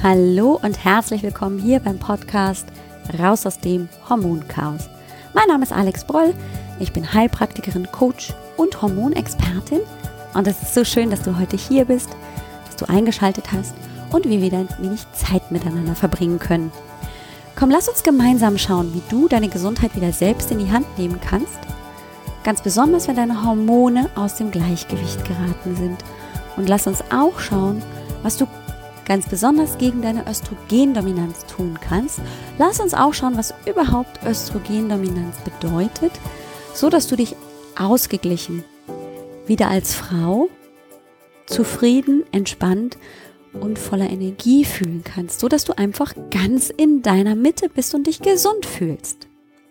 Hallo und herzlich willkommen hier beim Podcast Raus aus dem Hormonchaos. Mein Name ist Alex Broll, ich bin Heilpraktikerin, Coach und Hormonexpertin und es ist so schön, dass du heute hier bist, dass du eingeschaltet hast und wir wieder ein wenig Zeit miteinander verbringen können. Komm, lass uns gemeinsam schauen, wie du deine Gesundheit wieder selbst in die Hand nehmen kannst, ganz besonders, wenn deine Hormone aus dem Gleichgewicht geraten sind. Und lass uns auch schauen, was du ganz besonders gegen deine Östrogendominanz tun kannst. Lass uns auch schauen, was überhaupt Östrogendominanz bedeutet, so dass du dich ausgeglichen wieder als Frau zufrieden, entspannt und voller Energie fühlen kannst, so dass du einfach ganz in deiner Mitte bist und dich gesund fühlst.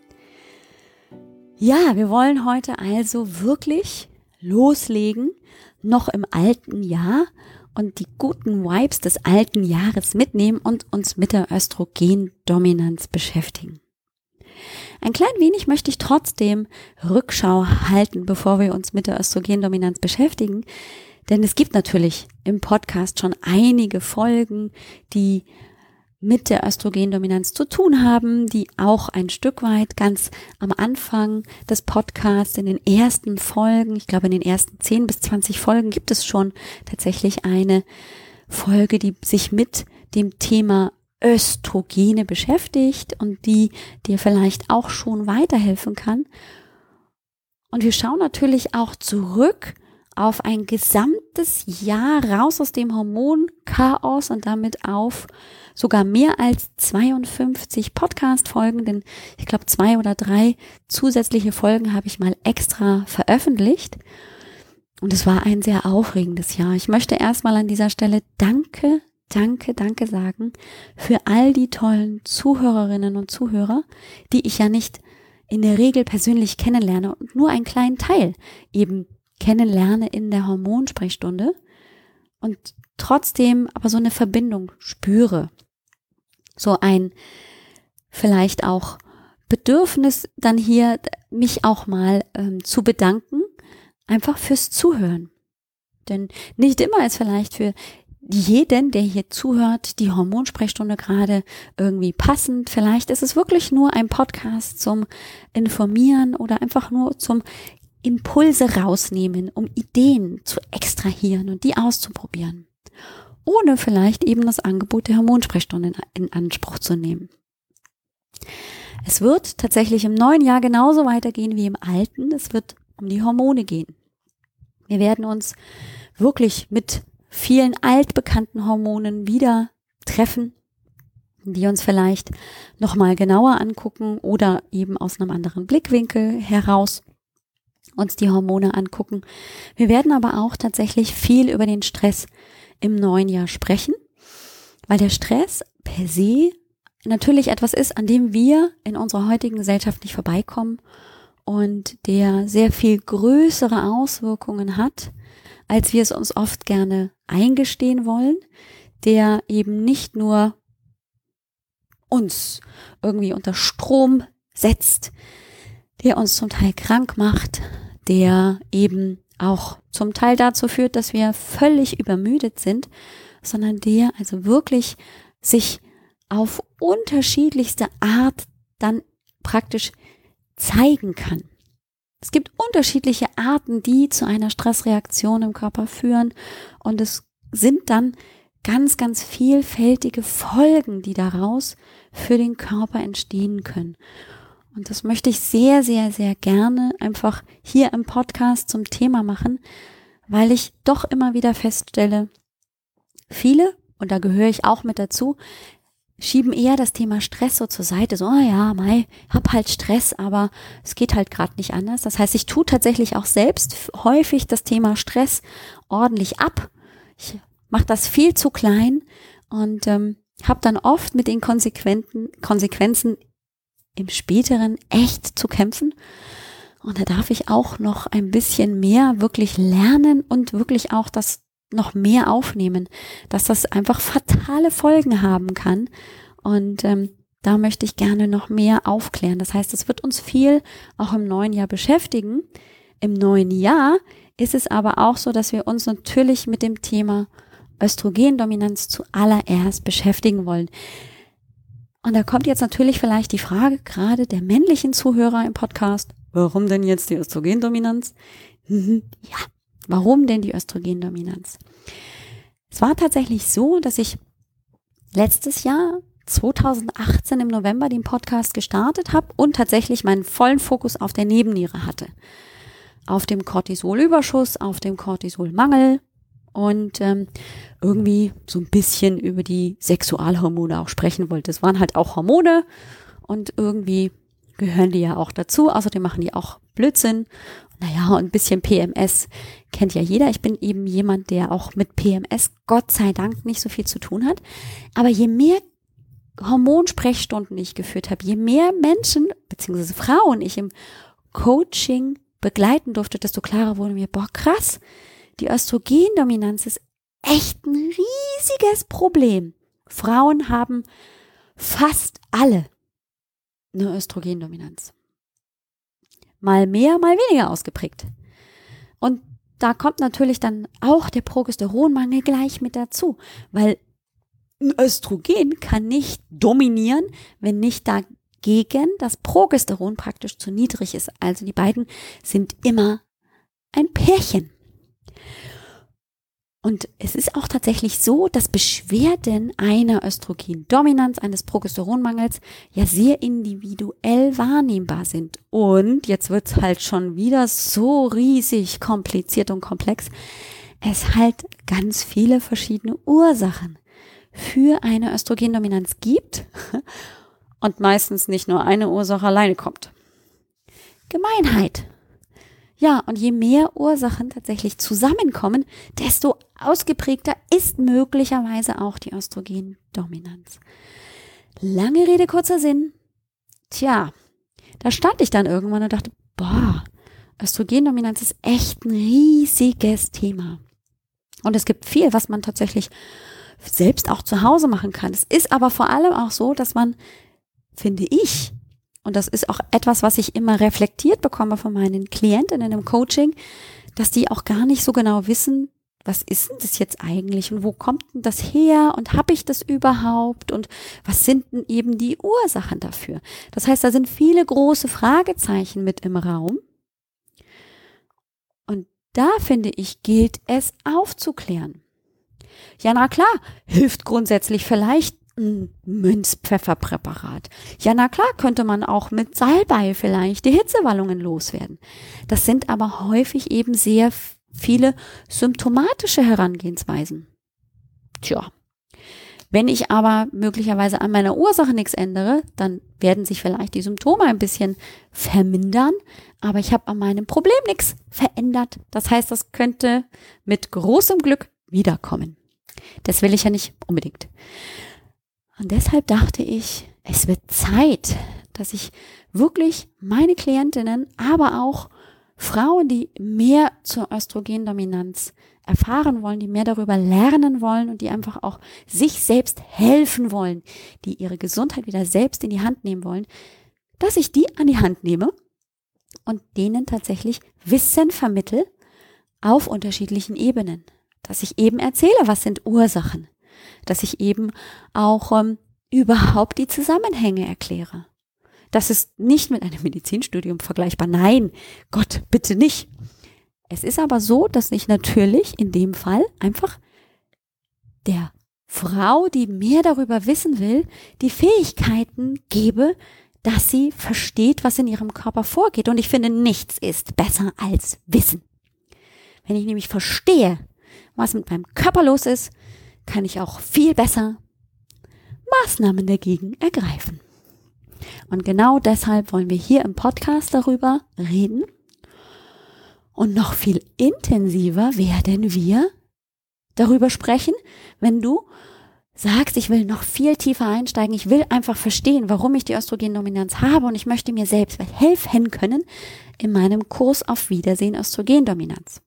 Ja, wir wollen heute also wirklich loslegen, noch im alten Jahr und die guten Vibes des alten Jahres mitnehmen und uns mit der Östrogendominanz beschäftigen. Ein klein wenig möchte ich trotzdem Rückschau halten, bevor wir uns mit der Östrogendominanz beschäftigen, denn es gibt natürlich im Podcast schon einige Folgen, die mit der Östrogendominanz zu tun haben, die auch ein Stück weit ganz am Anfang des Podcasts in den ersten Folgen, ich glaube in den ersten 10 bis 20 Folgen gibt es schon tatsächlich eine Folge, die sich mit dem Thema Östrogene beschäftigt und die dir vielleicht auch schon weiterhelfen kann. Und wir schauen natürlich auch zurück auf ein gesamtes Jahr raus aus dem Hormonchaos und damit auf sogar mehr als 52 Podcast-Folgen, denn ich glaube 2 oder 3 zusätzliche Folgen habe ich mal extra veröffentlicht und es war ein sehr aufregendes Jahr. Ich möchte erstmal an dieser Stelle Danke sagen für all die tollen Zuhörerinnen und Zuhörer, die ich ja nicht in der Regel persönlich kennenlerne und nur einen kleinen Teil eben kennenlerne in der Hormonsprechstunde und trotzdem aber so eine Verbindung spüre. So ein vielleicht auch Bedürfnis dann hier, mich auch mal zu bedanken, einfach fürs Zuhören. Denn nicht immer ist vielleicht für jeden, der hier zuhört, die Hormonsprechstunde gerade irgendwie passend. Vielleicht ist es wirklich nur ein Podcast zum Informieren oder einfach nur zum Impulse rausnehmen, um Ideen zu extrahieren und die auszuprobieren, ohne vielleicht eben das Angebot der Hormonsprechstunde in Anspruch zu nehmen. Es wird tatsächlich im neuen Jahr genauso weitergehen wie im alten. Es wird um die Hormone gehen. Wir werden uns wirklich mit vielen altbekannten Hormonen wieder treffen, die uns vielleicht nochmal genauer angucken oder eben aus einem anderen Blickwinkel heraus uns die Hormone angucken. Wir werden aber auch tatsächlich viel über den Stress im neuen Jahr sprechen, weil der Stress per se natürlich etwas ist, an dem wir in unserer heutigen Gesellschaft nicht vorbeikommen und der sehr viel größere Auswirkungen hat, als wir es uns oft gerne eingestehen wollen, der eben nicht nur uns irgendwie unter Strom setzt, der uns zum Teil krank macht, der eben auch zum Teil dazu führt, dass wir völlig übermüdet sind, sondern der also wirklich sich auf unterschiedlichste Art dann praktisch zeigen kann. Es gibt unterschiedliche Arten, die zu einer Stressreaktion im Körper führen und es sind dann ganz, ganz vielfältige Folgen, die daraus für den Körper entstehen können. Und das möchte ich sehr, sehr, sehr gerne einfach hier im Podcast zum Thema machen, weil ich doch immer wieder feststelle, viele, und da gehöre ich auch mit dazu, schieben eher das Thema Stress so zur Seite, so, hab halt Stress, aber es geht halt gerade nicht anders. Das heißt, ich tue tatsächlich auch selbst häufig das Thema Stress ordentlich ab. Ich mache das viel zu klein und habe dann oft mit den Konsequenzen im Späteren echt zu kämpfen. Und da darf ich auch noch ein bisschen mehr wirklich lernen und wirklich auch das noch mehr aufnehmen, dass das einfach fatale Folgen haben kann. Und da möchte ich gerne noch mehr aufklären. Das heißt, es wird uns viel auch im neuen Jahr beschäftigen. Im neuen Jahr ist es aber auch so, dass wir uns natürlich mit dem Thema Östrogendominanz zuallererst beschäftigen wollen. Und da kommt jetzt natürlich vielleicht die Frage, gerade der männlichen Zuhörer im Podcast, warum denn jetzt die Östrogendominanz? Ja, warum denn die Östrogendominanz? Es war tatsächlich so, dass ich letztes Jahr 2018 im November den Podcast gestartet habe und tatsächlich meinen vollen Fokus auf der Nebenniere hatte. Auf dem Cortisolüberschuss, auf dem Cortisolmangel und irgendwie so ein bisschen über die Sexualhormone auch sprechen wollte. Es waren halt auch Hormone und irgendwie gehören die ja auch dazu. Außerdem machen die auch Blödsinn. Naja, und ein bisschen PMS kennt ja jeder. Ich bin eben jemand, der auch mit PMS Gott sei Dank nicht so viel zu tun hat. Aber je mehr Hormonsprechstunden ich geführt habe, je mehr Menschen bzw. Frauen ich im Coaching begleiten durfte, desto klarer wurde mir, boah krass, die Östrogendominanz ist echt ein riesiges Problem. Frauen haben fast alle eine Östrogendominanz. Mal mehr, mal weniger ausgeprägt. Und da kommt natürlich dann auch der Progesteronmangel gleich mit dazu, weil ein Östrogen kann nicht dominieren, wenn nicht dagegen das Progesteron praktisch zu niedrig ist. Also die beiden sind immer ein Pärchen. Und es ist auch tatsächlich so, dass Beschwerden einer Östrogendominanz, eines Progesteronmangels ja sehr individuell wahrnehmbar sind. Und jetzt wird es halt schon wieder so riesig kompliziert und komplex. Es halt ganz viele verschiedene Ursachen für eine Östrogendominanz gibt und meistens nicht nur eine Ursache alleine kommt. Gemeinheit. Ja, und je mehr Ursachen tatsächlich zusammenkommen, desto ausgeprägter ist möglicherweise auch die Östrogendominanz. Lange Rede, kurzer Sinn. Tja, da stand ich dann irgendwann und dachte, boah, Östrogendominanz ist echt ein riesiges Thema. Und es gibt viel, was man tatsächlich selbst auch zu Hause machen kann. Es ist aber vor allem auch so, dass man, finde ich, und das ist auch etwas, was ich immer reflektiert bekomme von meinen Klientinnen im Coaching, dass die auch gar nicht so genau wissen, was ist denn das jetzt eigentlich und wo kommt denn das her und habe ich das überhaupt und was sind denn eben die Ursachen dafür? Das heißt, da sind viele große Fragezeichen mit im Raum. Und da, finde ich, gilt es aufzuklären. Ja, na klar, hilft grundsätzlich vielleicht ein Minzpfefferpräparat. Ja, na klar, könnte man auch mit Salbei vielleicht die Hitzewallungen loswerden. Das sind aber häufig eben sehr viele symptomatische Herangehensweisen. Tja, wenn ich aber möglicherweise an meiner Ursache nichts ändere, dann werden sich vielleicht die Symptome ein bisschen vermindern, aber ich habe an meinem Problem nichts verändert. Das heißt, das könnte mit großem Glück wiederkommen. Das will ich ja nicht unbedingt. Und deshalb dachte ich, es wird Zeit, dass ich wirklich meine Klientinnen, aber auch Frauen, die mehr zur Östrogendominanz erfahren wollen, die mehr darüber lernen wollen und die einfach auch sich selbst helfen wollen, die ihre Gesundheit wieder selbst in die Hand nehmen wollen, dass ich die an die Hand nehme und denen tatsächlich Wissen vermittle auf unterschiedlichen Ebenen. Dass ich eben erzähle, was sind Ursachen. Dass ich eben auch überhaupt die Zusammenhänge erkläre. Das ist nicht mit einem Medizinstudium vergleichbar. Nein, Gott, bitte nicht. Es ist aber so, dass ich natürlich in dem Fall einfach der Frau, die mehr darüber wissen will, die Fähigkeiten gebe, dass sie versteht, was in ihrem Körper vorgeht. Und ich finde, nichts ist besser als Wissen. Wenn ich nämlich verstehe, was mit meinem Körper los ist, kann ich auch viel besser Maßnahmen dagegen ergreifen. Und genau deshalb wollen wir hier im Podcast darüber reden. Und noch viel intensiver werden wir darüber sprechen, wenn du sagst, ich will noch viel tiefer einsteigen, ich will einfach verstehen, warum ich die Östrogendominanz habe und ich möchte mir selbst helfen können in meinem Kurs auf Wiedersehen Östrogendominanz.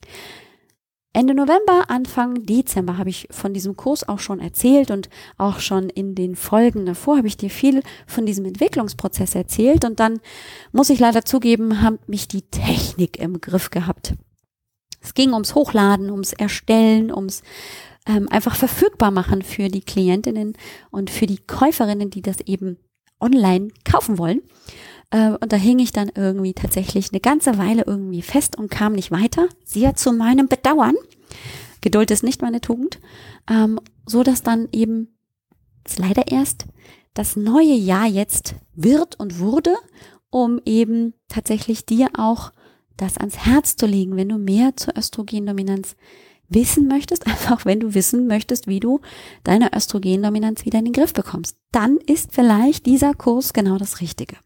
Ende November, Anfang Dezember habe ich von diesem Kurs auch schon erzählt und auch schon in den Folgen davor habe ich dir viel von diesem Entwicklungsprozess erzählt und dann muss ich leider zugeben, hat mich die Technik im Griff gehabt. Es ging ums Hochladen, ums Erstellen, ums einfach verfügbar machen für die Klientinnen und für die Käuferinnen, die das eben online kaufen wollen. Und da hing ich dann irgendwie tatsächlich eine ganze Weile irgendwie fest und kam nicht weiter. Sehr zu meinem Bedauern. Geduld ist nicht meine Tugend. So dass dann eben leider erst das neue Jahr jetzt wird und wurde, um eben tatsächlich dir auch das ans Herz zu legen, wenn du mehr zur Östrogendominanz wissen möchtest, einfach wenn du wissen möchtest, wie du deine Östrogendominanz wieder in den Griff bekommst. Dann ist vielleicht dieser Kurs genau das Richtige.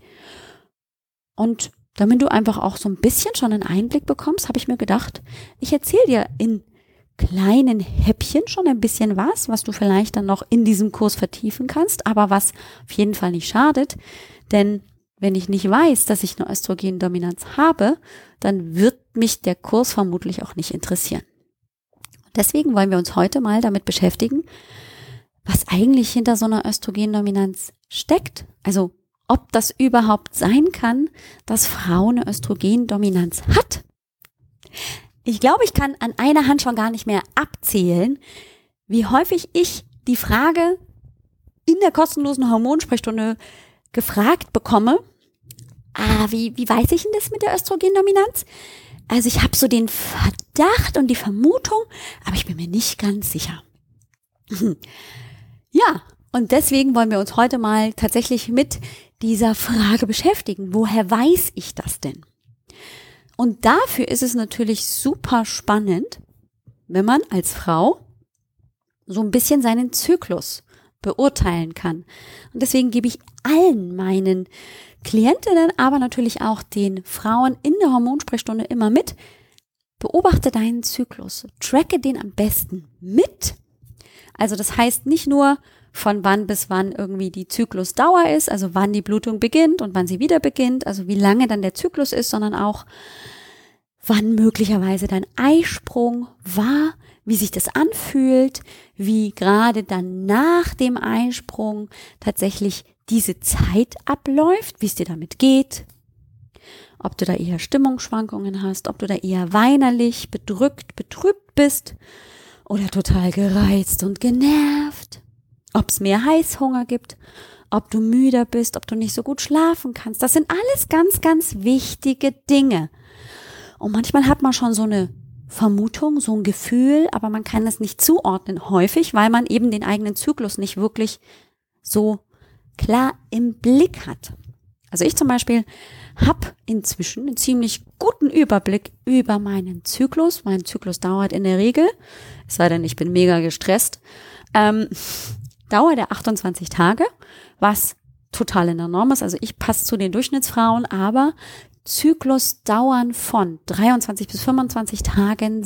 Und damit du einfach auch so ein bisschen schon einen Einblick bekommst, habe ich mir gedacht, ich erzähle dir in kleinen Häppchen schon ein bisschen was du vielleicht dann noch in diesem Kurs vertiefen kannst, aber was auf jeden Fall nicht schadet, denn wenn ich nicht weiß, dass ich eine Östrogendominanz habe, dann wird mich der Kurs vermutlich auch nicht interessieren. Deswegen wollen wir uns heute mal damit beschäftigen, was eigentlich hinter so einer Östrogendominanz steckt. Also ob das überhaupt sein kann, dass Frau eine Östrogendominanz hat. Ich glaube, ich kann an einer Hand schon gar nicht mehr abzählen, wie häufig ich die Frage in der kostenlosen Hormonsprechstunde gefragt bekomme, wie weiß ich denn das mit der Östrogendominanz? Also ich habe so den Verdacht und die Vermutung, aber ich bin mir nicht ganz sicher. Ja, und deswegen wollen wir uns heute mal tatsächlich mit dieser Frage beschäftigen. Woher weiß ich das denn? Und dafür ist es natürlich super spannend, wenn man als Frau so ein bisschen seinen Zyklus beurteilen kann. Und deswegen gebe ich allen meinen Klientinnen, aber natürlich auch den Frauen in der Hormonsprechstunde immer mit, beobachte deinen Zyklus, tracke den am besten mit. Also das heißt nicht nur, von wann bis wann irgendwie die Zyklusdauer ist, also wann die Blutung beginnt und wann sie wieder beginnt, also wie lange dann der Zyklus ist, sondern auch, wann möglicherweise dein Eisprung war, wie sich das anfühlt, wie gerade dann nach dem Eisprung tatsächlich diese Zeit abläuft, wie es dir damit geht, ob du da eher Stimmungsschwankungen hast, ob du da eher weinerlich, bedrückt, betrübt bist oder total gereizt und genervt, ob es mehr Heißhunger gibt, ob du müder bist, ob du nicht so gut schlafen kannst. Das sind alles ganz, ganz wichtige Dinge. Und manchmal hat man schon so eine Vermutung, so ein Gefühl, aber man kann es nicht zuordnen, häufig, weil man eben den eigenen Zyklus nicht wirklich so klar im Blick hat. Also ich zum Beispiel habe inzwischen einen ziemlich guten Überblick über meinen Zyklus. Mein Zyklus dauert in der Regel, es sei denn, ich bin mega gestresst, dauert er 28 Tage, was total in der Norm ist. Also ich passe zu den Durchschnittsfrauen, aber Zyklusdauern von 23 bis 35 Tagen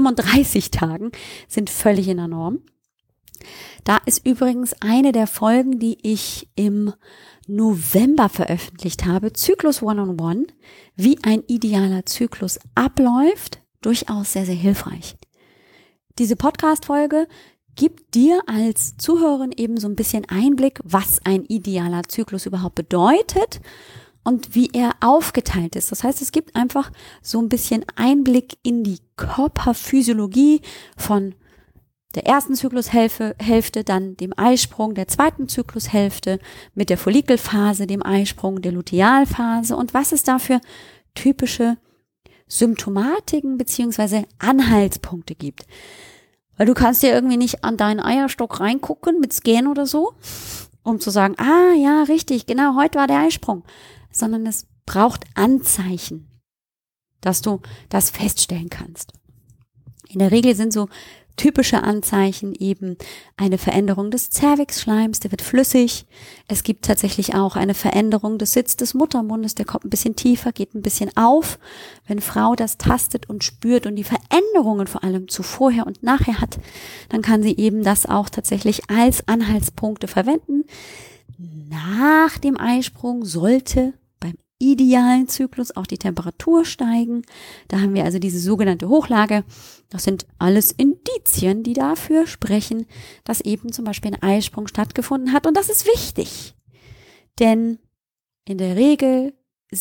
sind völlig in der Norm. Da ist übrigens eine der Folgen, die ich im November veröffentlicht habe, Zyklus One-on-One, wie ein idealer Zyklus abläuft, durchaus sehr, sehr hilfreich. Diese Podcast-Folge gibt dir als Zuhörerin eben so ein bisschen Einblick, was ein idealer Zyklus überhaupt bedeutet und wie er aufgeteilt ist. Das heißt, es gibt einfach so ein bisschen Einblick in die Körperphysiologie von der ersten Zyklushälfte, dann dem Eisprung der zweiten Zyklushälfte, mit der Follikelphase, dem Eisprung der Lutealphase und was es da für typische Symptomatiken beziehungsweise Anhaltspunkte gibt. Weil du kannst dir irgendwie nicht an deinen Eierstock reingucken mit Scan oder so, um zu sagen, ja, richtig, genau, heute war der Eisprung. Sondern es braucht Anzeichen, dass du das feststellen kannst. In der Regel sind so typische Anzeichen eben eine Veränderung des Zervixschleims, der wird flüssig. Es gibt tatsächlich auch eine Veränderung des Sitz des Muttermundes, der kommt ein bisschen tiefer, geht ein bisschen auf. Wenn Frau das tastet und spürt und die Veränderungen vor allem zu vorher und nachher hat, dann kann sie eben das auch tatsächlich als Anhaltspunkte verwenden. Nach dem Eisprung sollte beim idealen Zyklus auch die Temperatur steigen. Da haben wir also diese sogenannte Hochlage. Das sind alles Indizien, die dafür sprechen, dass eben zum Beispiel ein Eisprung stattgefunden hat. Und das ist wichtig, denn in der Regel sind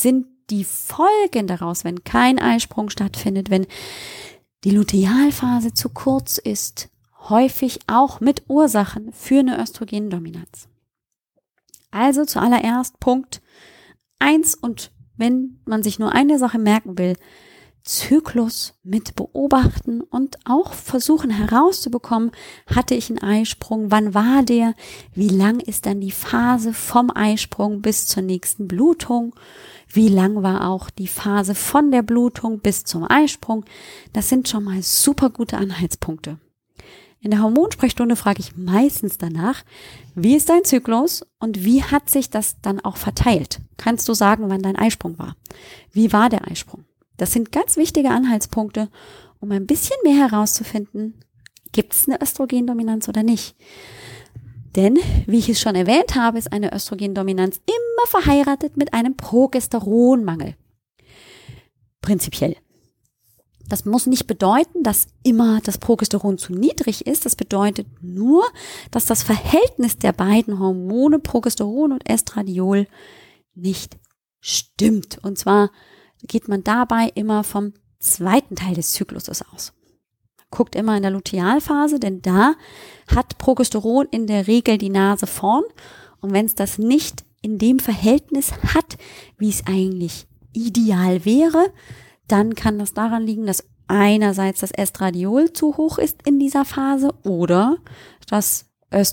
die Folgen daraus, wenn kein Eisprung stattfindet, wenn die Lutealphase zu kurz ist, häufig auch mit Ursachen für eine Östrogendominanz. Also zuallererst Punkt 1, und wenn man sich nur eine Sache merken will, Zyklus mit beobachten und auch versuchen herauszubekommen, hatte ich einen Eisprung, wann war der, wie lang ist dann die Phase vom Eisprung bis zur nächsten Blutung, wie lang war auch die Phase von der Blutung bis zum Eisprung. Das sind schon mal super gute Anhaltspunkte. In der Hormonsprechstunde frage ich meistens danach, wie ist dein Zyklus und wie hat sich das dann auch verteilt? Kannst du sagen, wann dein Eisprung war? Wie war der Eisprung? Das sind ganz wichtige Anhaltspunkte, um ein bisschen mehr herauszufinden, gibt es eine Östrogendominanz oder nicht. Denn, wie ich es schon erwähnt habe, ist eine Östrogendominanz immer verheiratet mit einem Progesteronmangel. Prinzipiell. Das muss nicht bedeuten, dass immer das Progesteron zu niedrig ist. Das bedeutet nur, dass das Verhältnis der beiden Hormone Progesteron und Estradiol nicht stimmt. Und zwar geht man dabei immer vom zweiten Teil des Zykluses aus. Guckt immer in der Lutealphase, denn da hat Progesteron in der Regel die Nase vorn. Und wenn es das nicht in dem Verhältnis hat, wie es eigentlich ideal wäre, dann kann das daran liegen, dass einerseits das Estradiol zu hoch ist in dieser Phase oder das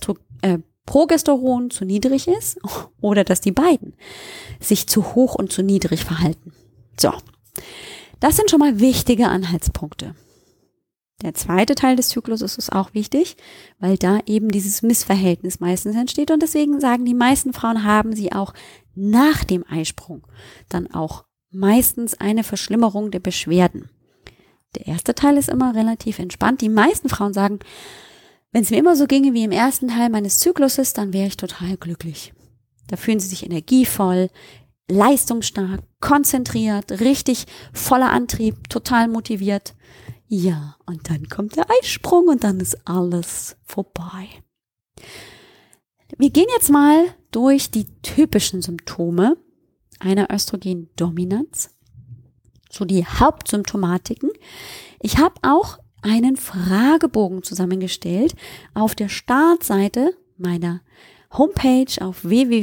Progesteron zu niedrig ist oder dass die beiden sich zu hoch und zu niedrig verhalten. So, das sind schon mal wichtige Anhaltspunkte. Der zweite Teil des Zykluses ist auch wichtig, weil da eben dieses Missverhältnis meistens entsteht und deswegen sagen die meisten Frauen, haben sie auch nach dem Eisprung dann auch meistens eine Verschlimmerung der Beschwerden. Der erste Teil ist immer relativ entspannt. Die meisten Frauen sagen, wenn es mir immer so ginge wie im ersten Teil meines Zykluses, dann wäre ich total glücklich. Da fühlen sie sich energievoll, leistungsstark, konzentriert, richtig voller Antrieb, total motiviert. Ja, und dann kommt der Eisprung und dann ist alles vorbei. Wir gehen jetzt mal durch die typischen Symptome einer Östrogendominanz, so die Hauptsymptomatiken. Ich habe auch einen Fragebogen zusammengestellt auf der Startseite meiner Homepage auf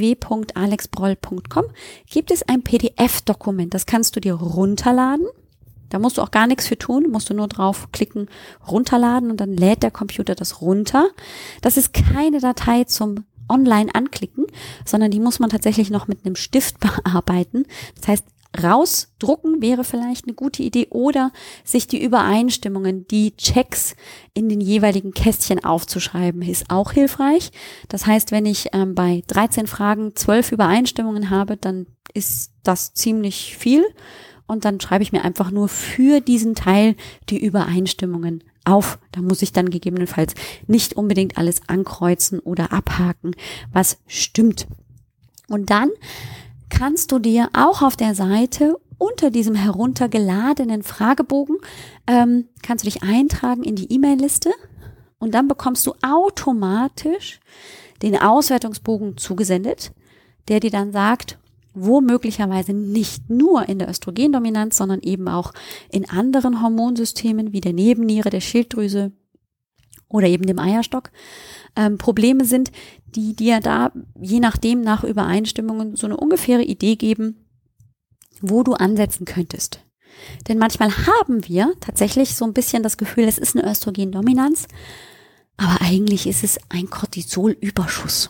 www.alexbroll.com gibt es ein PDF-Dokument. Das kannst du dir runterladen. Da musst du auch gar nichts für tun, musst du nur draufklicken, runterladen und dann lädt der Computer das runter. Das ist keine Datei zum Online anklicken, sondern die muss man tatsächlich noch mit einem Stift bearbeiten. Das heißt, rausdrucken wäre vielleicht eine gute Idee oder sich die Übereinstimmungen, die Checks in den jeweiligen Kästchen aufzuschreiben, ist auch hilfreich. Das heißt, wenn ich bei 13 Fragen 12 Übereinstimmungen habe, dann ist das ziemlich viel und dann schreibe ich mir einfach nur für diesen Teil die Übereinstimmungen auf. Da muss ich dann gegebenenfalls nicht unbedingt alles ankreuzen oder abhaken, was stimmt. Und dann kannst du dir auch auf der Seite unter diesem heruntergeladenen Fragebogen, kannst du dich eintragen in die E-Mail-Liste und dann bekommst du automatisch den Auswertungsbogen zugesendet, der dir dann sagt, wo möglicherweise nicht nur in der Östrogendominanz, sondern eben auch in anderen Hormonsystemen wie der Nebenniere, der Schilddrüse oder eben dem Eierstock Probleme sind, die dir da je nachdem nach Übereinstimmungen so eine ungefähre Idee geben, wo du ansetzen könntest. Denn manchmal haben wir tatsächlich so ein bisschen das Gefühl, es ist eine Östrogendominanz, aber eigentlich ist es ein Cortisolüberschuss.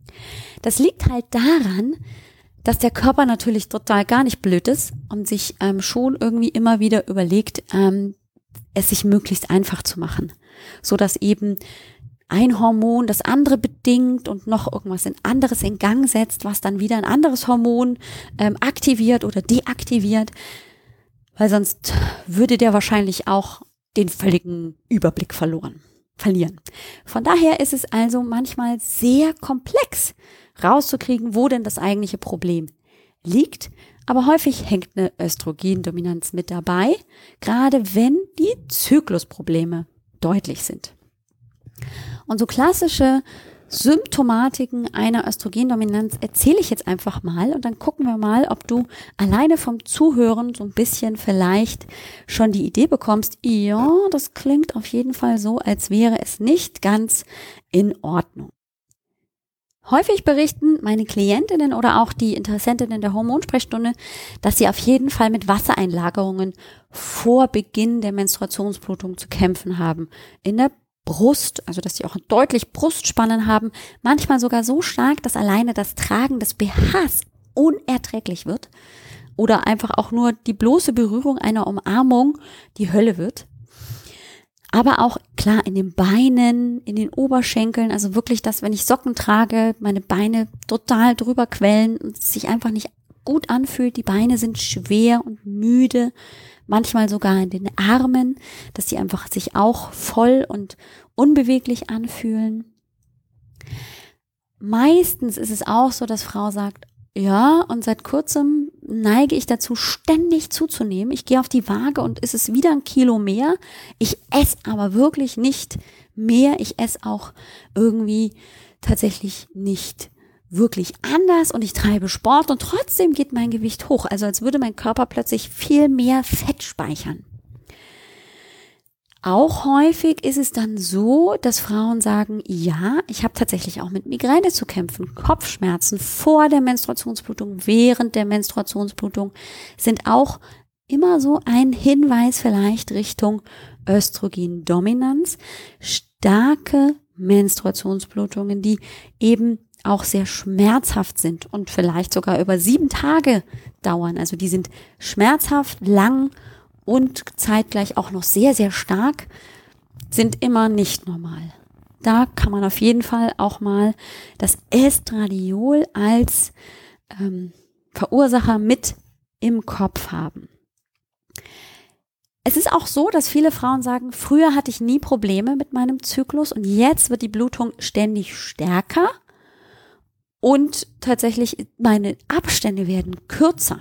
Das liegt halt daran, dass der Körper natürlich total gar nicht blöd ist und sich schon irgendwie immer wieder überlegt, es sich möglichst einfach zu machen, so dass eben ein Hormon das andere bedingt und noch irgendwas anderes in Gang setzt, was dann wieder ein anderes Hormon aktiviert oder deaktiviert, weil sonst würde der wahrscheinlich auch den völligen Überblick verlieren. Von daher ist es also manchmal sehr komplex rauszukriegen, wo denn das eigentliche Problem liegt, aber häufig hängt eine Östrogendominanz mit dabei, gerade wenn die Zyklusprobleme deutlich sind. Und so klassische Symptomatiken einer Östrogendominanz erzähle ich jetzt einfach mal und dann gucken wir mal, ob du alleine vom Zuhören so ein bisschen vielleicht schon die Idee bekommst, ja, das klingt auf jeden Fall so, als wäre es nicht ganz in Ordnung. Häufig berichten meine Klientinnen oder auch die Interessentinnen der Hormonsprechstunde, dass sie auf jeden Fall mit Wassereinlagerungen vor Beginn der Menstruationsblutung zu kämpfen haben. In der Brust, also dass sie auch deutlich Brustspannen haben, manchmal sogar so stark, dass alleine das Tragen des BHs unerträglich wird oder einfach auch nur die bloße Berührung einer Umarmung die Hölle wird. Aber auch klar in den Beinen, in den Oberschenkeln, also wirklich, dass wenn ich Socken trage, meine Beine total drüber quellen und es sich einfach nicht gut anfühlt. Die Beine sind schwer und müde, manchmal sogar in den Armen, dass die einfach sich auch voll und unbeweglich anfühlen. Meistens ist es auch so, dass Frau sagt, ja, und seit kurzem neige ich dazu, ständig zuzunehmen. Ich gehe auf die Waage und es ist wieder 1 Kilo mehr. Ich esse aber wirklich nicht mehr. Ich esse auch irgendwie tatsächlich nicht wirklich anders und ich treibe Sport und trotzdem geht mein Gewicht hoch. Also als würde mein Körper plötzlich viel mehr Fett speichern. Auch häufig ist es dann so, dass Frauen sagen, ja, ich habe tatsächlich auch mit Migräne zu kämpfen. Kopfschmerzen vor der Menstruationsblutung, während der Menstruationsblutung sind auch immer so ein Hinweis vielleicht Richtung Östrogendominanz. Starke Menstruationsblutungen, die eben auch sehr schmerzhaft sind und vielleicht sogar über 7 Tage dauern. Also die sind schmerzhaft, lang und zeitgleich auch noch sehr, sehr stark, sind immer nicht normal. Da kann man auf jeden Fall auch mal das Estradiol als Verursacher mit im Kopf haben. Es ist auch so, dass viele Frauen sagen, früher hatte ich nie Probleme mit meinem Zyklus und jetzt wird die Blutung ständig stärker und tatsächlich meine Abstände werden kürzer.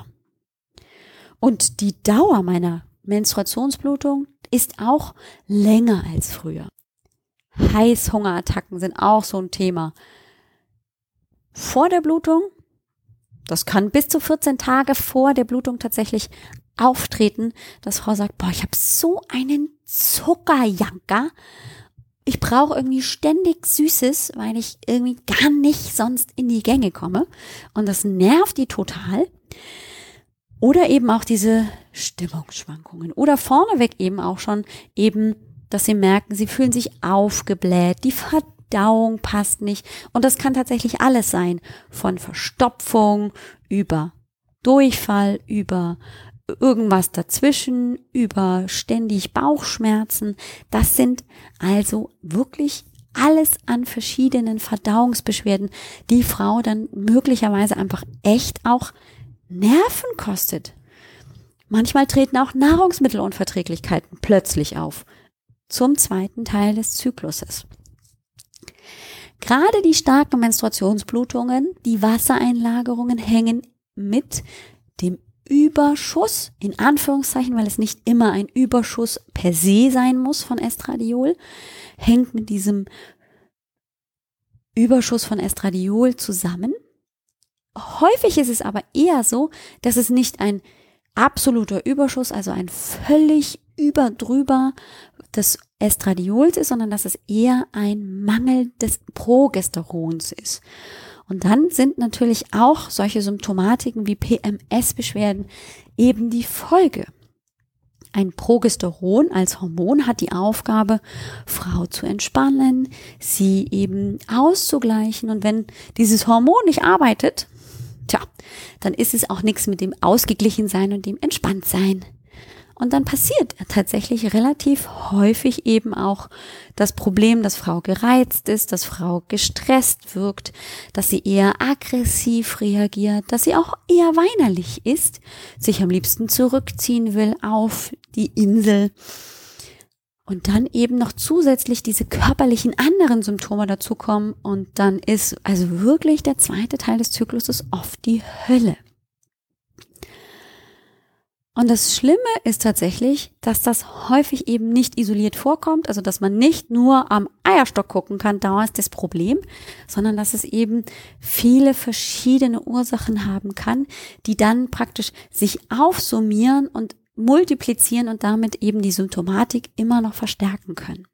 Und die Dauer meiner Menstruationsblutung ist auch länger als früher. Heißhungerattacken sind auch so ein Thema. Vor der Blutung, das kann bis zu 14 Tage vor der Blutung tatsächlich auftreten, dass Frau sagt, boah, ich habe so einen Zuckerjanker. Ich brauche irgendwie ständig Süßes, weil ich irgendwie gar nicht sonst in die Gänge komme. Und das nervt die total. Oder eben auch diese Stimmungsschwankungen. Oder vorneweg eben auch schon eben, dass sie merken, sie fühlen sich aufgebläht, die Verdauung passt nicht. Und das kann tatsächlich alles sein. Von Verstopfung über Durchfall, über irgendwas dazwischen, über ständig Bauchschmerzen. Das sind also wirklich alles an verschiedenen Verdauungsbeschwerden, die Frau dann möglicherweise einfach echt auch Nerven kostet. Manchmal treten auch Nahrungsmittelunverträglichkeiten plötzlich auf. Zum zweiten Teil des Zykluses. Gerade die starken Menstruationsblutungen, die Wassereinlagerungen hängen mit dem Überschuss, in Anführungszeichen, weil es nicht immer ein Überschuss per se sein muss von Estradiol, hängt mit diesem Überschuss von Estradiol zusammen. Häufig ist es aber eher so, dass es nicht ein absoluter Überschuss, also ein völlig überdrüber des Estradiols ist, sondern dass es eher ein Mangel des Progesterons ist. Und dann sind natürlich auch solche Symptomatiken wie PMS-Beschwerden eben die Folge. Ein Progesteron als Hormon hat die Aufgabe, Frau zu entspannen, sie eben auszugleichen. Und wenn dieses Hormon nicht arbeitet, dann ist es auch nichts mit dem Ausgeglichensein und dem Entspanntsein. Und dann passiert tatsächlich relativ häufig eben auch das Problem, dass Frau gereizt ist, dass Frau gestresst wirkt, dass sie eher aggressiv reagiert, dass sie auch eher weinerlich ist, sich am liebsten zurückziehen will auf die Insel. Und dann eben noch zusätzlich diese körperlichen anderen Symptome dazukommen und dann ist also wirklich der zweite Teil des Zykluses oft die Hölle. Und das Schlimme ist tatsächlich, dass das häufig eben nicht isoliert vorkommt, also dass man nicht nur am Eierstock gucken kann, da ist das Problem, sondern dass es eben viele verschiedene Ursachen haben kann, die dann praktisch sich aufsummieren und multiplizieren und damit eben die Symptomatik immer noch verstärken können.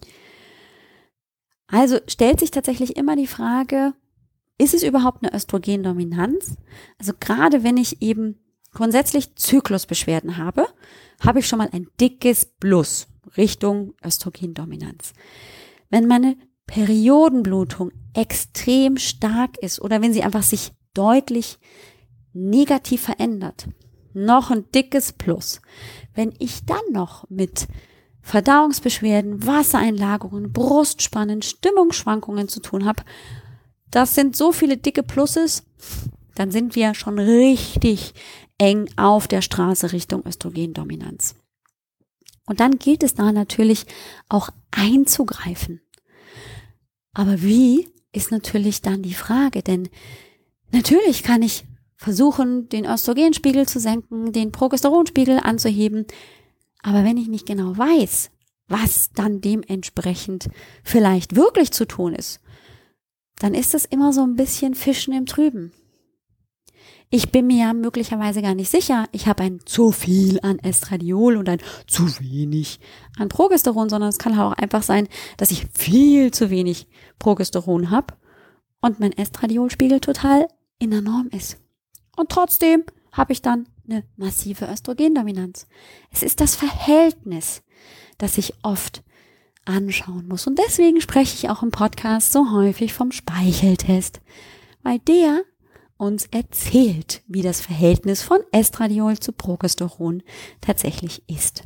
Also stellt sich tatsächlich immer die Frage, ist es überhaupt eine Östrogendominanz? Also gerade wenn ich eben grundsätzlich Zyklusbeschwerden habe ich schon mal ein dickes Plus Richtung Östrogendominanz. Wenn meine Periodenblutung extrem stark ist oder wenn sie einfach sich deutlich negativ verändert, noch ein dickes Plus. Wenn ich dann noch mit Verdauungsbeschwerden, Wassereinlagerungen, Brustspannen, Stimmungsschwankungen zu tun habe, das sind so viele dicke Pluses, dann sind wir schon richtig eng auf der Straße Richtung Östrogendominanz. Und dann gilt es da natürlich auch einzugreifen. Aber wie, ist natürlich dann die Frage, denn natürlich kann ich versuchen, den Östrogenspiegel zu senken, den Progesteronspiegel anzuheben, aber wenn ich nicht genau weiß, was dann dementsprechend vielleicht wirklich zu tun ist, dann ist es immer so ein bisschen Fischen im Trüben. Ich bin mir ja möglicherweise gar nicht sicher, ich habe ein zu viel an Estradiol und ein zu wenig an Progesteron, sondern es kann auch einfach sein, dass ich viel zu wenig Progesteron habe und mein Estradiolspiegel total in der Norm ist. Und trotzdem habe ich dann eine massive Östrogendominanz. Es ist das Verhältnis, das ich oft anschauen muss. Und deswegen spreche ich auch im Podcast so häufig vom Speicheltest, weil der uns erzählt, wie das Verhältnis von Estradiol zu Progesteron tatsächlich ist.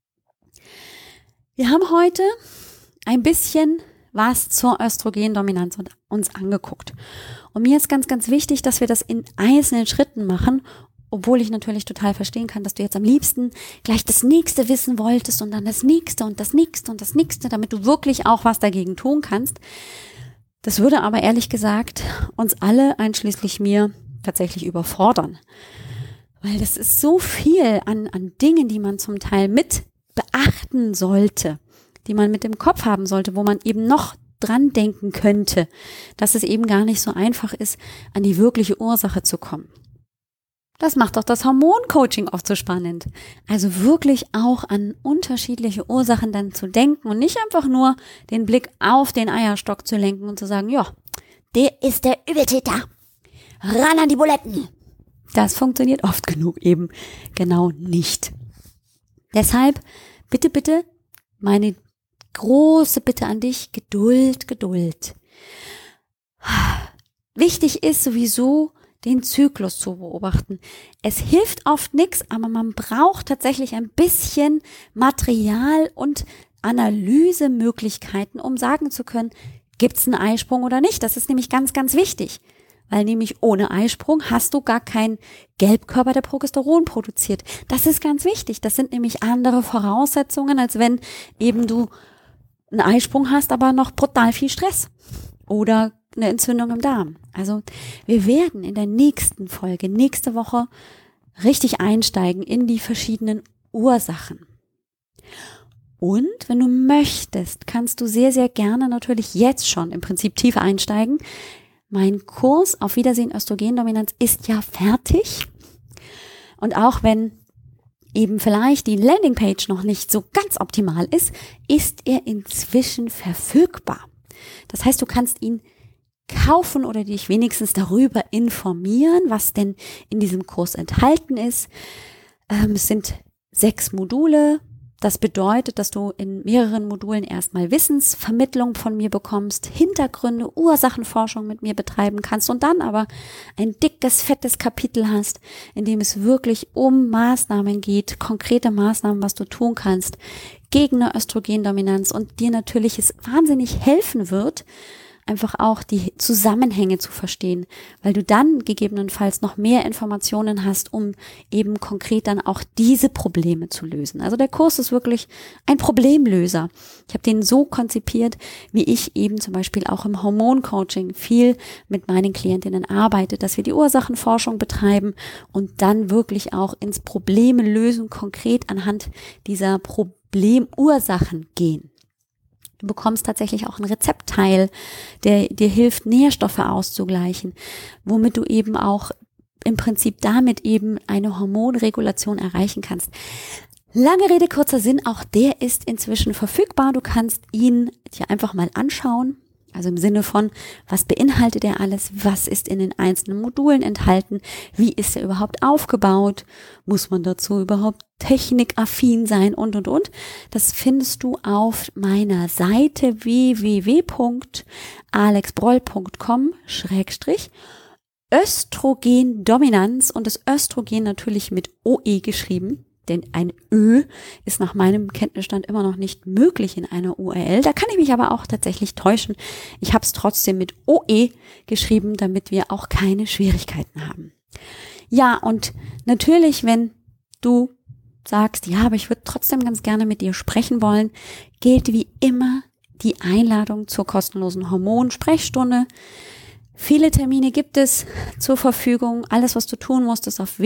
Wir haben heute ein bisschen was zur Östrogendominanz uns angeguckt. Und mir ist ganz, ganz wichtig, dass wir das in einzelnen Schritten machen, obwohl ich natürlich total verstehen kann, dass du jetzt am liebsten gleich das Nächste wissen wolltest und dann das Nächste und das Nächste und das Nächste, damit du wirklich auch was dagegen tun kannst. Das würde aber ehrlich gesagt uns alle, einschließlich mir, tatsächlich überfordern. Weil das ist so viel an Dingen, die man zum Teil mit beachten sollte, die man mit im Kopf haben sollte, wo man eben noch dran denken könnte, dass es eben gar nicht so einfach ist, an die wirkliche Ursache zu kommen. Das macht doch das Hormoncoaching oft so spannend. Also wirklich auch an unterschiedliche Ursachen dann zu denken und nicht einfach nur den Blick auf den Eierstock zu lenken und zu sagen, ja, der ist der Übeltäter. Ran an die Buletten. Das funktioniert oft genug eben genau nicht. Deshalb bitte, bitte, meine große Bitte an dich, Geduld, Geduld. Wichtig ist sowieso, den Zyklus zu beobachten. Es hilft oft nichts, aber man braucht tatsächlich ein bisschen Material und Analysemöglichkeiten, um sagen zu können, gibt es einen Eisprung oder nicht. Das ist nämlich ganz, ganz wichtig, weil nämlich ohne Eisprung hast du gar keinen Gelbkörper, der Progesteron produziert. Das ist ganz wichtig. Das sind nämlich andere Voraussetzungen, als wenn eben du einen Eisprung hast, aber noch brutal viel Stress oder eine Entzündung im Darm. Also wir werden in der nächsten Folge, nächste Woche, richtig einsteigen in die verschiedenen Ursachen. Und wenn du möchtest, kannst du sehr, sehr gerne natürlich jetzt schon im Prinzip tiefer einsteigen. Mein Kurs Auf Wiedersehen Östrogendominanz ist ja fertig. Und auch wenn eben vielleicht die Landingpage noch nicht so ganz optimal ist, ist er inzwischen verfügbar. Das heißt, du kannst ihn kaufen oder dich wenigstens darüber informieren, was denn in diesem Kurs enthalten ist. Es sind 6 Module. Das bedeutet, dass du in mehreren Modulen erstmal Wissensvermittlung von mir bekommst, Hintergründe, Ursachenforschung mit mir betreiben kannst und dann aber ein dickes, fettes Kapitel hast, in dem es wirklich um Maßnahmen geht, konkrete Maßnahmen, was du tun kannst gegen eine Östrogendominanz und dir natürlich es wahnsinnig helfen wird, einfach auch die Zusammenhänge zu verstehen, weil du dann gegebenenfalls noch mehr Informationen hast, um eben konkret dann auch diese Probleme zu lösen. Also der Kurs ist wirklich ein Problemlöser. Ich habe den so konzipiert, wie ich eben zum Beispiel auch im Hormoncoaching viel mit meinen Klientinnen arbeite, dass wir die Ursachenforschung betreiben und dann wirklich auch ins Problemlösen konkret anhand dieser Problemursachen gehen. Du bekommst tatsächlich auch einen Rezeptteil, der dir hilft, Nährstoffe auszugleichen, womit du eben auch im Prinzip damit eben eine Hormonregulation erreichen kannst. Lange Rede, kurzer Sinn, auch der ist inzwischen verfügbar. Du kannst ihn dir einfach mal anschauen. Also im Sinne von, was beinhaltet er alles? Was ist in den einzelnen Modulen enthalten? Wie ist er überhaupt aufgebaut? Muss man dazu überhaupt technikaffin sein und. Das findest du auf meiner Seite www.alexbroll.com/Östrogendominanz und das Östrogen natürlich mit OE geschrieben. Denn ein Ö ist nach meinem Kenntnisstand immer noch nicht möglich in einer URL. Da kann ich mich aber auch tatsächlich täuschen. Ich habe es trotzdem mit OE geschrieben, damit wir auch keine Schwierigkeiten haben. Ja, und natürlich, wenn du sagst, ja, aber ich würde trotzdem ganz gerne mit dir sprechen wollen, gilt wie immer die Einladung zur kostenlosen Hormonsprechstunde. Viele Termine gibt es zur Verfügung. Alles, was du tun musst, ist auf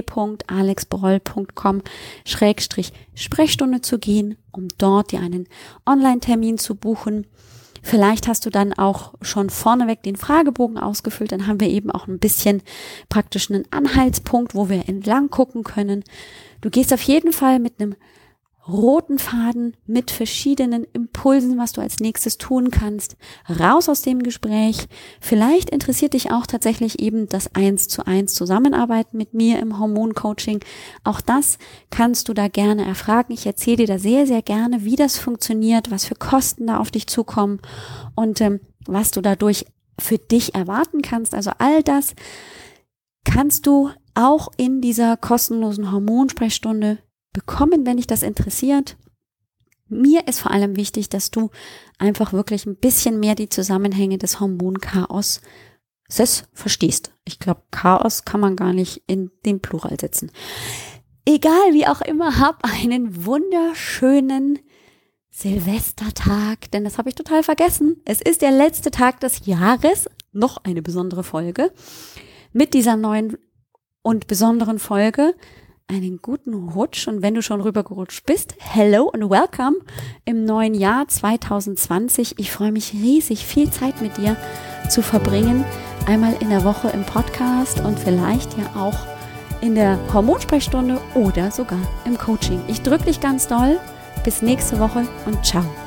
www.alexbroll.com/Sprechstunde zu gehen, um dort dir einen Online-Termin zu buchen. Vielleicht hast du dann auch schon vorneweg den Fragebogen ausgefüllt. Dann haben wir eben auch ein bisschen praktisch einen Anhaltspunkt, wo wir entlang gucken können. Du gehst auf jeden Fall mit einem roten Faden mit verschiedenen Impulsen, was du als nächstes tun kannst, raus aus dem Gespräch. Vielleicht interessiert dich auch tatsächlich eben das 1:1 Zusammenarbeiten mit mir im Hormoncoaching. Auch das kannst du da gerne erfragen. Ich erzähle dir da sehr, sehr gerne, wie das funktioniert, was für Kosten da auf dich zukommen und was du dadurch für dich erwarten kannst. Also all das kannst du auch in dieser kostenlosen Hormonsprechstunde bekommen, wenn dich das interessiert. Mir ist vor allem wichtig, dass du einfach wirklich ein bisschen mehr die Zusammenhänge des Hormonchaos verstehst. Ich glaube, Chaos kann man gar nicht in den Plural setzen. Egal, wie auch immer, hab einen wunderschönen Silvestertag, denn das habe ich total vergessen. Es ist der letzte Tag des Jahres, noch eine besondere Folge. Mit dieser neuen und besonderen Folge einen guten Rutsch und wenn du schon rübergerutscht bist, hello und welcome im neuen Jahr 2020. Ich freue mich riesig, viel Zeit mit dir zu verbringen, einmal in der Woche im Podcast und vielleicht ja auch in der Hormonsprechstunde oder sogar im Coaching. Ich drücke dich ganz doll, bis nächste Woche und ciao.